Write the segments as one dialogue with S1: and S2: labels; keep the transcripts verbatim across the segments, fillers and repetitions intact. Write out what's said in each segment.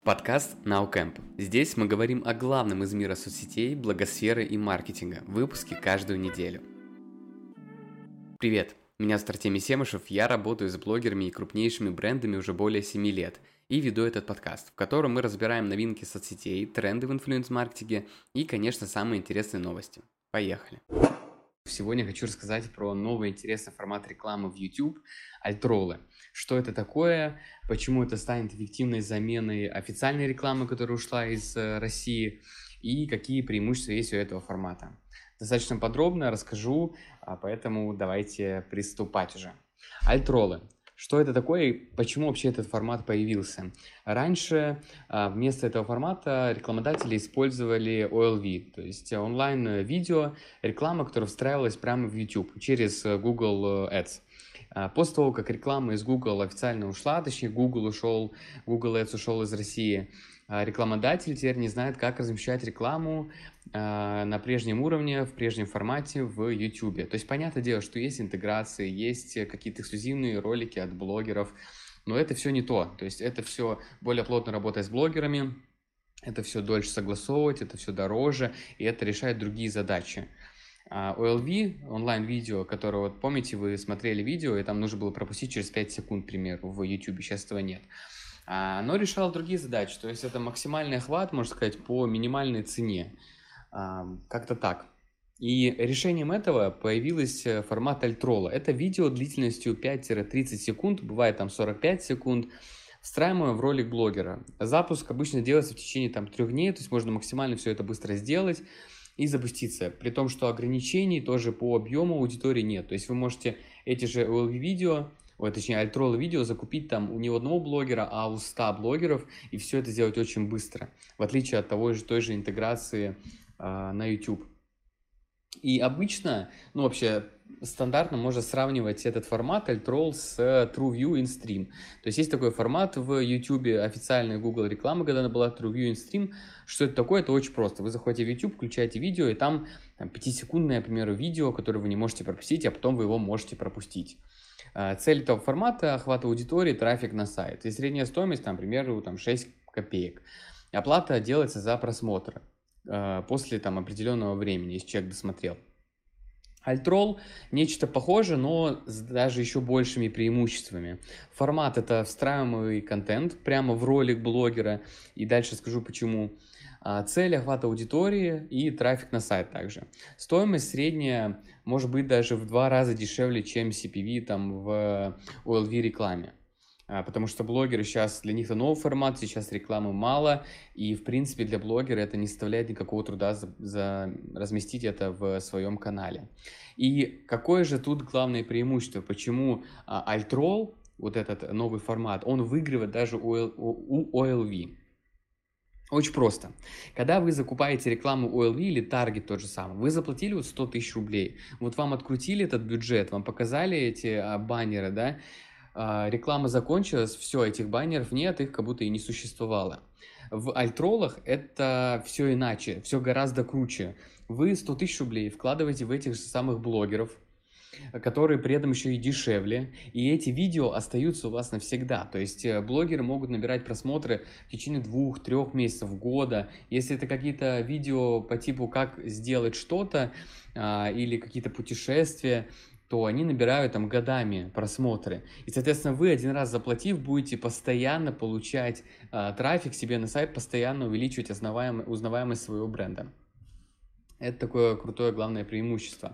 S1: Подкаст NowCamp. Здесь мы говорим о главном из мира соцсетей, блогосферы и маркетинга. Выпуски каждую неделю. Привет, меня зовут Артемий Семышев, я работаю с блогерами и крупнейшими брендами уже более семи лет и веду этот подкаст, в котором мы разбираем новинки соцсетей, тренды в инфлюенс-маркетинге и, конечно, самые интересные новости. Поехали! Сегодня хочу рассказать про новый интересный формат рекламы в YouTube – альтролы. Что это такое, почему это станет эффективной заменой официальной рекламы, которая ушла из России, и какие преимущества есть у этого формата. Достаточно подробно расскажу, поэтому давайте приступать уже. Альтролы. Что это такое и почему вообще этот формат появился? Раньше вместо этого формата рекламодатели использовали о эл ви, то есть онлайн-видео, реклама, которая встраивалась прямо в YouTube через Google Ads. После того, как реклама из Google официально ушла, точнее Google ушел, Google Ads ушел из России, рекламодатель теперь не знает, как размещать рекламу на прежнем уровне, в прежнем формате в YouTube. То есть, понятное дело, что есть интеграции, есть какие-то эксклюзивные ролики от блогеров, но это все не то. То есть, это все более плотно работать с блогерами, это все дольше согласовывать, это все дороже, и это решает другие задачи. о эл ви, онлайн-видео, которое, вот помните, вы смотрели видео, и там нужно было пропустить через пять секунд, к примеру, в YouTube, сейчас этого нет. Оно решало другие задачи, то есть это максимальный охват, можно сказать, по минимальной цене, как-то так. И решением этого появилась формат альтрола. Это видео длительностью пять-тридцать секунд, бывает там сорок пять секунд, встраиваемое в ролик блогера. Запуск обычно делается в течение там трех дней, то есть можно максимально все это быстро сделать и запуститься, при том, что ограничений тоже по объему аудитории нет. То есть вы можете эти же о эл ви-видео, Ой, точнее, альтролы видео закупить там у не одного блогера, а у ста блогеров, и все это сделать очень быстро, в отличие от того же, той же интеграции э, на YouTube. И обычно, ну вообще, стандартно можно сравнивать этот формат альтрол с TrueView InStream. То есть есть такой формат в YouTube, официальной Google рекламы, когда она была TrueView InStream. Что это такое? Это очень просто. Вы заходите в YouTube, включаете видео, и там, там пятисекундное, к примеру, видео, которое вы не можете пропустить, а потом вы его можете пропустить. Цель этого формата – охват аудитории, трафик на сайт. И средняя стоимость, там, к примеру, там, шесть копеек. Оплата делается за просмотр э, после там, определенного времени, если человек досмотрел. Альтрол – нечто похожее, но с даже еще большими преимуществами. Формат – это встраиваемый контент прямо в ролик блогера, и дальше скажу почему. Цель – охват аудитории и трафик на сайт также. Стоимость средняя может быть даже в два раза дешевле, чем си пи ви там, в о эл ви рекламе. Потому что блогеры сейчас, для них это новый формат, сейчас рекламы мало, и в принципе для блогера это не составляет никакого труда за, за разместить это в своем канале. И какое же тут главное преимущество, почему альтрол, вот этот новый формат, он выигрывает даже у, у о эл ви? Очень просто. Когда вы закупаете рекламу о эл ви или Target тот же самый, вы заплатили вот сто тысяч рублей, вот вам открутили этот бюджет, вам показали эти а, баннеры, да, а, реклама закончилась, все, этих баннеров нет, их как будто и не существовало. В альтролах это все иначе, все гораздо круче. Вы сто тысяч рублей вкладываете в этих же самых блогеров, которые при этом еще и дешевле, и эти видео остаются у вас навсегда. То есть блогеры могут набирать просмотры в течение двух-трех месяцев, года. Если это какие-то видео по типу «как сделать что-то» а, или какие-то путешествия, то они набирают там годами просмотры. И, соответственно, вы один раз заплатив, будете постоянно получать а, трафик себе на сайт, постоянно увеличивать узнаваемость, узнаваемость своего бренда. Это такое крутое главное преимущество.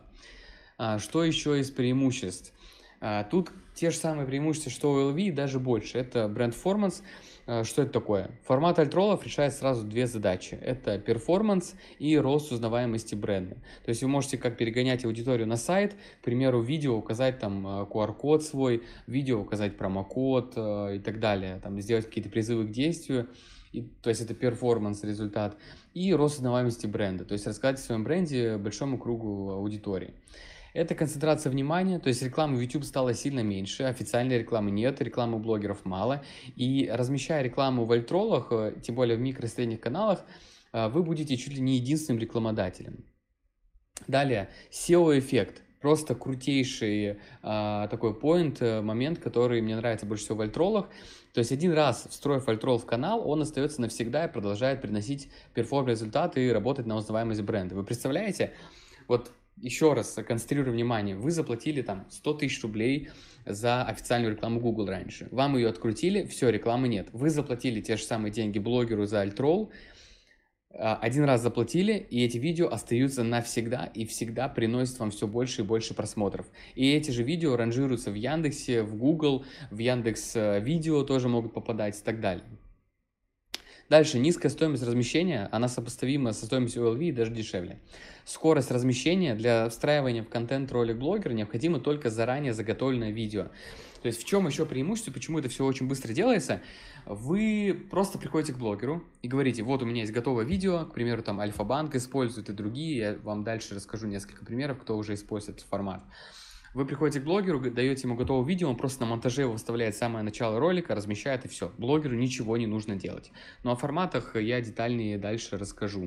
S1: Что еще из преимуществ? Тут те же самые преимущества, что у о эл ви, даже больше. Это бренд-форманс. Что это такое? Формат альтролов решает сразу две задачи. Это перформанс и рост узнаваемости бренда. То есть вы можете как перегонять аудиторию на сайт, к примеру, видео указать там ку ар-код свой, видео указать промокод и так далее, там сделать какие-то призывы к действию. И, то есть это перформанс результат. И рост узнаваемости бренда. То есть рассказать о своем бренде большому кругу аудитории. Это концентрация внимания, то есть рекламы в YouTube стало сильно меньше, официальной рекламы нет, рекламы у блогеров мало. И размещая рекламу в альтролах, тем более в микро и средних каналах, вы будете чуть ли не единственным рекламодателем. Далее, сео-эффект. Просто крутейший а, такой поинт, момент, который мне нравится больше всего в альтролах. То есть один раз встроив альтрол в канал, он остается навсегда и продолжает приносить перформ-результаты и работать на узнаваемость бренда. Вы представляете? Вот еще раз концентрирую внимание, вы заплатили там сто тысяч рублей за официальную рекламу Google раньше. Вам ее открутили, все, рекламы нет. Вы заплатили те же самые деньги блогеру за альтрол, один раз заплатили, и эти видео остаются навсегда и всегда приносят вам все больше и больше просмотров. И эти же видео ранжируются в Яндексе, в Google, в Яндекс Видео тоже могут попадать и так далее. Дальше, низкая стоимость размещения, она сопоставима со стоимостью о эл ви и даже дешевле. Скорость размещения для встраивания в контент ролик блогера необходимо только заранее заготовленное видео. То есть в чем еще преимущество, почему это все очень быстро делается? Вы просто приходите к блогеру и говорите, вот у меня есть готовое видео, к примеру, там Альфа-банк использует и другие, я вам дальше расскажу несколько примеров, кто уже использует этот формат. Вы приходите к блогеру, даете ему готовое видео, он просто на монтаже его вставляет самое начало ролика, размещает и все. Блогеру ничего не нужно делать. Но о форматах я детальнее дальше расскажу.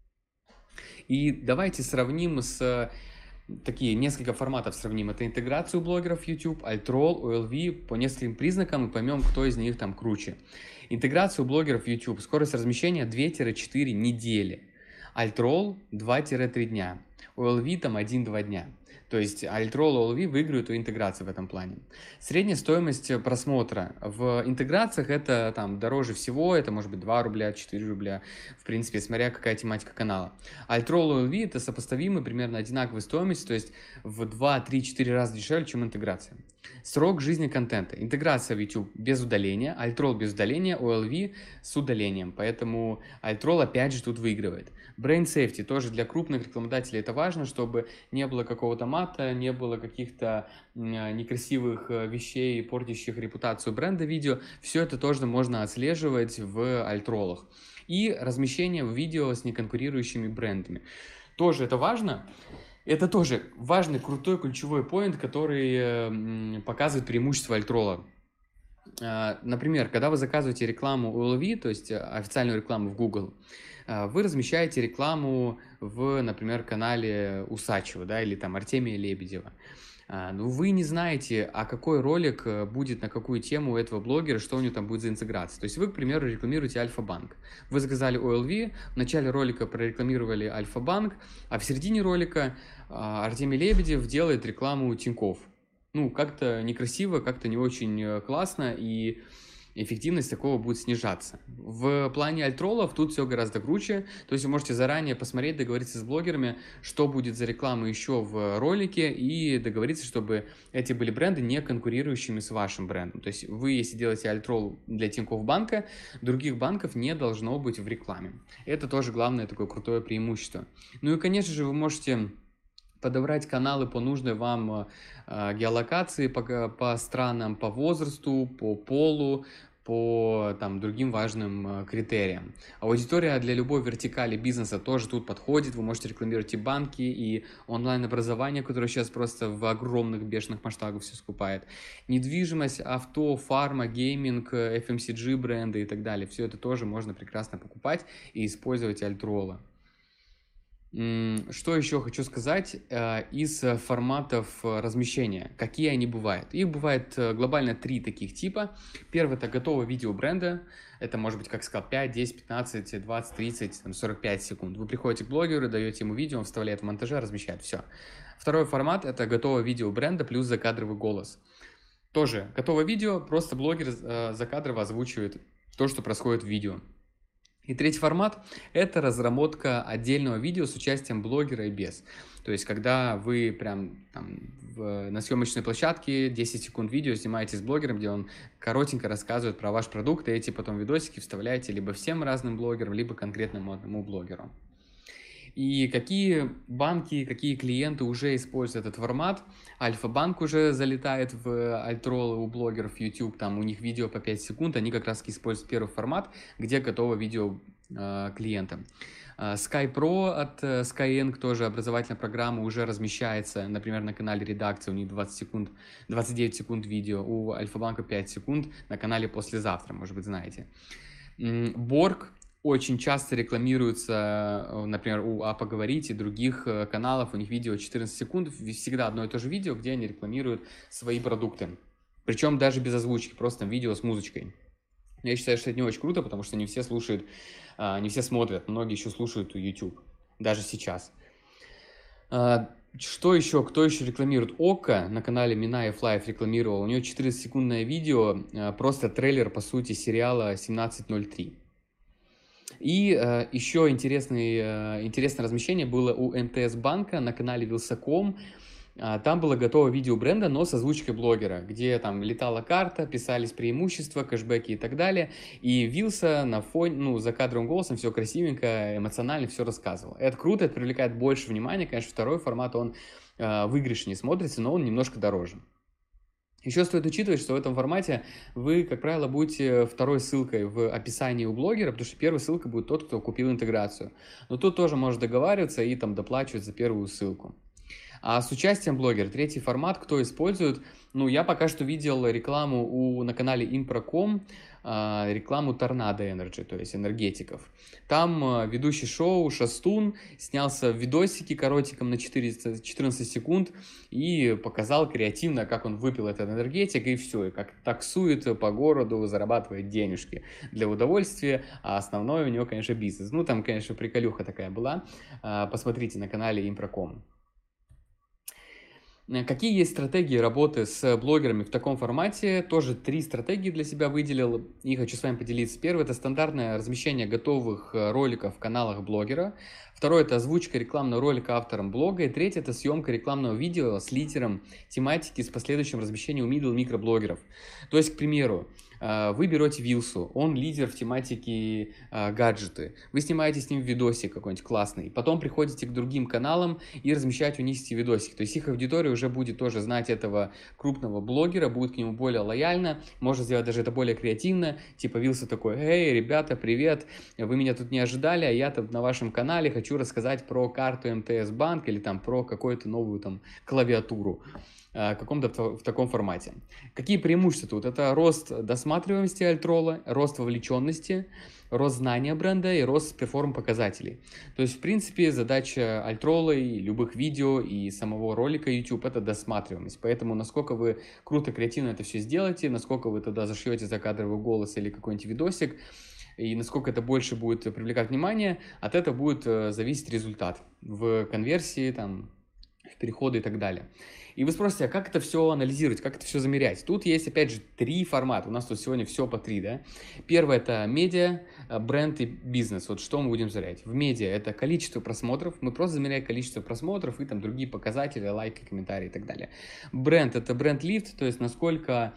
S1: И давайте сравним с... Такие несколько форматов сравним. Это интеграцию блогеров YouTube, альтрол, о эл ви по нескольким признакам и поймем, кто из них там круче. Интеграцию блогеров YouTube. Скорость размещения две-четыре недели. Альтрол два-три дня. о эл ви там один-два дня. То есть альтрол и о эл ви выигрывают у интеграции в этом плане. Средняя стоимость просмотра в интеграциях это там дороже всего, это может быть два рубля, четыре рубля, в принципе, смотря какая тематика канала. Альтрол и о эл ви это сопоставимы, примерно одинаковые стоимости, то есть в два-три-четыре раза дешевле, чем интеграция. Срок жизни контента. Интеграция в YouTube без удаления, альтрол без удаления, о эл ви с удалением, поэтому альтрол опять же тут выигрывает. Brain safety тоже для крупных рекламодателей это важно, чтобы не было какого-то мата, не было каких-то некрасивых вещей, портящих репутацию бренда видео. Все это тоже можно отслеживать в альтролах. И размещение в видео с неконкурирующими брендами. Тоже это важно. Это тоже важный, крутой, ключевой поинт, который показывает преимущество альтрола. Например, когда вы заказываете рекламу о эл ви, то есть официальную рекламу в Google, вы размещаете рекламу в, например, канале Усачева, да, или там Артемия Лебедева. Но вы не знаете, а какой ролик будет на какую тему у этого блогера, что у него там будет за интеграция. То есть вы, к примеру, рекламируете Альфа-банк. Вы заказали о эл ви, в начале ролика прорекламировали Альфа-банк, а в середине ролика Артемий Лебедев делает рекламу Тинькофф. Ну, как-то некрасиво, как-то не очень классно, и эффективность такого будет снижаться. В плане альтролов тут все гораздо круче, то есть вы можете заранее посмотреть, договориться с блогерами, что будет за реклама еще в ролике, и договориться, чтобы эти были бренды не конкурирующими с вашим брендом. То есть вы, если делаете альтрол для Тинькофф банка, других банков не должно быть в рекламе. Это тоже главное такое крутое преимущество. Ну и, конечно же, вы можете подобрать каналы по нужной вам э, геолокации, по, по странам, по возрасту, по полу, по там, другим важным э, критериям. Аудитория для любой вертикали бизнеса тоже тут подходит. Вы можете рекламировать и банки, и онлайн-образование, которое сейчас просто в огромных бешеных масштабах все скупает. Недвижимость, авто, фарма, гейминг, эф эм си джи бренды и так далее. Все это тоже можно прекрасно покупать и использовать альтрола. Что еще хочу сказать из форматов размещения, какие они бывают. Их бывает глобально три таких типа. Первый — это готовое видео бренда. Это может быть, как сказал, пять, десять, пятнадцать, двадцать, тридцать, сорок пять секунд. Вы приходите к блогеру, даете ему видео, он вставляет в монтаже, размещает, все. Второй формат — это готовое видео бренда плюс закадровый голос. Тоже готовое видео, просто блогер закадрово озвучивает то, что происходит в видео. И третий формат – это разработка отдельного видео с участием блогера и без. То есть, когда вы прям там, в, на съемочной площадке десять секунд видео снимаете с блогером, где он коротенько рассказывает про ваш продукт, и эти потом видосики вставляете либо всем разным блогерам, либо конкретному одному блогеру. И какие банки, какие клиенты уже используют этот формат. Альфа-банк уже залетает в альтролы у блогеров YouTube, там у них видео по пять секунд, они как раз используют первый формат, где готово видео э, клиентам. SkyPro от Skyeng, тоже образовательная программа, уже размещается, например, на канале редакции, у них двадцать секунд, двадцать девять секунд видео, у Альфа-банка пять секунд, на канале послезавтра, может быть, знаете. Borg очень часто рекламируются, э, например, у «А поговорить» и других э, каналов, у них видео четырнадцать секунд, всегда одно и то же видео, где они рекламируют свои продукты. Причем даже без озвучки, просто там видео с музычкой. Я считаю, что это не очень круто, потому что не все слушают, а, не все смотрят, многие еще слушают YouTube, даже сейчас. А, Что еще? Кто еще рекламирует? Ока на канале Минаев Лайф рекламировал. У нее четырнадцатисекундное видео, а, просто трейлер, по сути, сериала семнадцать ноль три. И э, еще интересный, э, интересное размещение было у эм тэ эс банка на канале Вилсаком. А, Там было готово видео бренда, но с озвучкой блогера, где там летала карта, писались преимущества, кэшбэки и так далее. И Вилса на фоне, ну, за кадровым голосом все красивенько, эмоционально все рассказывал. Это круто, это привлекает больше внимания. Конечно, второй формат, он э, выигрышнее смотрится, но он немножко дороже. Еще стоит учитывать, что в этом формате вы, как правило, будете второй ссылкой в описании у блогера, потому что первая ссылка будет тот, кто купил интеграцию. Но тут тоже может договариваться и там доплачивать за первую ссылку. А с участием блогера, третий формат, кто использует, ну, я пока что видел рекламу у, на канале Impro точка com, э, рекламу Tornado Energy, то есть энергетиков. Там э, ведущий шоу Шастун снялся в видосике коротиком на четырнадцать секунд и показал креативно, как он выпил этот энергетик, и все, и как таксует по городу, зарабатывает денежки для удовольствия, а основное у него, конечно, бизнес. Ну, там, конечно, приколюха такая была. Э, посмотрите на канале Impro точка com. Какие есть стратегии работы с блогерами в таком формате? Тоже три стратегии для себя выделил и хочу с вами поделиться. Первое – это стандартное размещение готовых роликов в каналах блогера. Второе – это озвучка рекламного ролика автором блога. И третье – это съемка рекламного видео с лидером тематики с последующим размещением у middle микроблогеров. То есть, к примеру, вы берете Вилсу, он лидер в тематике э, гаджеты, вы снимаете с ним видосик какой-нибудь классный, потом приходите к другим каналам и размещаете у них эти видосики, то есть их аудитория уже будет тоже знать этого крупного блогера, будет к нему более лояльно, может сделать даже это более креативно, типа Вилса такой: «Эй, ребята, привет, вы меня тут не ожидали, а я-то на вашем канале хочу рассказать про карту эм тэ эс банк или там про какую-то новую там клавиатуру». В каком-то в таком формате. Какие преимущества тут? Это рост досматриваемости альтрола, рост вовлеченности, рост знания бренда и рост перформ-показателей. То есть, в принципе, задача альтрола и любых видео и самого ролика YouTube – это досматриваемость. Поэтому, насколько вы круто, креативно это все сделаете, насколько вы туда зашьете закадровый голос или какой-нибудь видосик, и насколько это больше будет привлекать внимание, от этого будет зависеть результат в конверсии, там, в переходы и так далее. И вы спросите, а как это все анализировать, как это все замерять? Тут есть, опять же, три формата. У нас тут сегодня все по три, да? Первое – это медиа, бренд и бизнес. Вот что мы будем замерять? В медиа – это количество просмотров. Мы просто замеряем количество просмотров и там другие показатели, лайки, комментарии и так далее. Бренд – это бренд-лифт, то есть насколько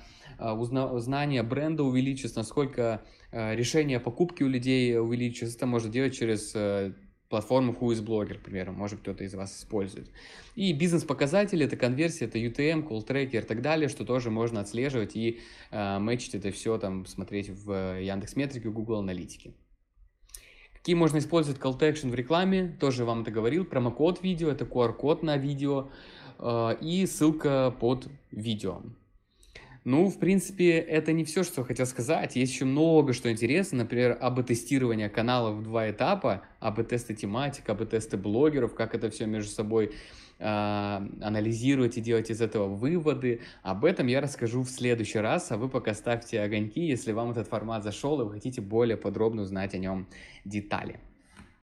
S1: узнание бренда увеличится, насколько решение о покупке у людей увеличится. Это можно делать через платформу Whoisblogger, к примеру, может кто-то из вас использует. И бизнес-показатели – это конверсия, это ю ти эм, колл-трекер и так далее, что тоже можно отслеживать и э, мэчить это все, там, смотреть в Яндекс.Метрике, Google Аналитике. Какие можно использовать call to action в рекламе, тоже вам это говорил. Промокод видео – это ку ар-код на видео э, и ссылка под видео. Ну, в принципе, это не все, что я хотел сказать. Есть еще много что интересно. Например, эй би-тестирование каналов в два этапа. эй би-тесты тематик, эй би-тесты блогеров, как это все между собой э, анализировать и делать из этого выводы. Об этом я расскажу в следующий раз. А вы пока ставьте огоньки, если вам этот формат зашел и вы хотите более подробно узнать о нем детали.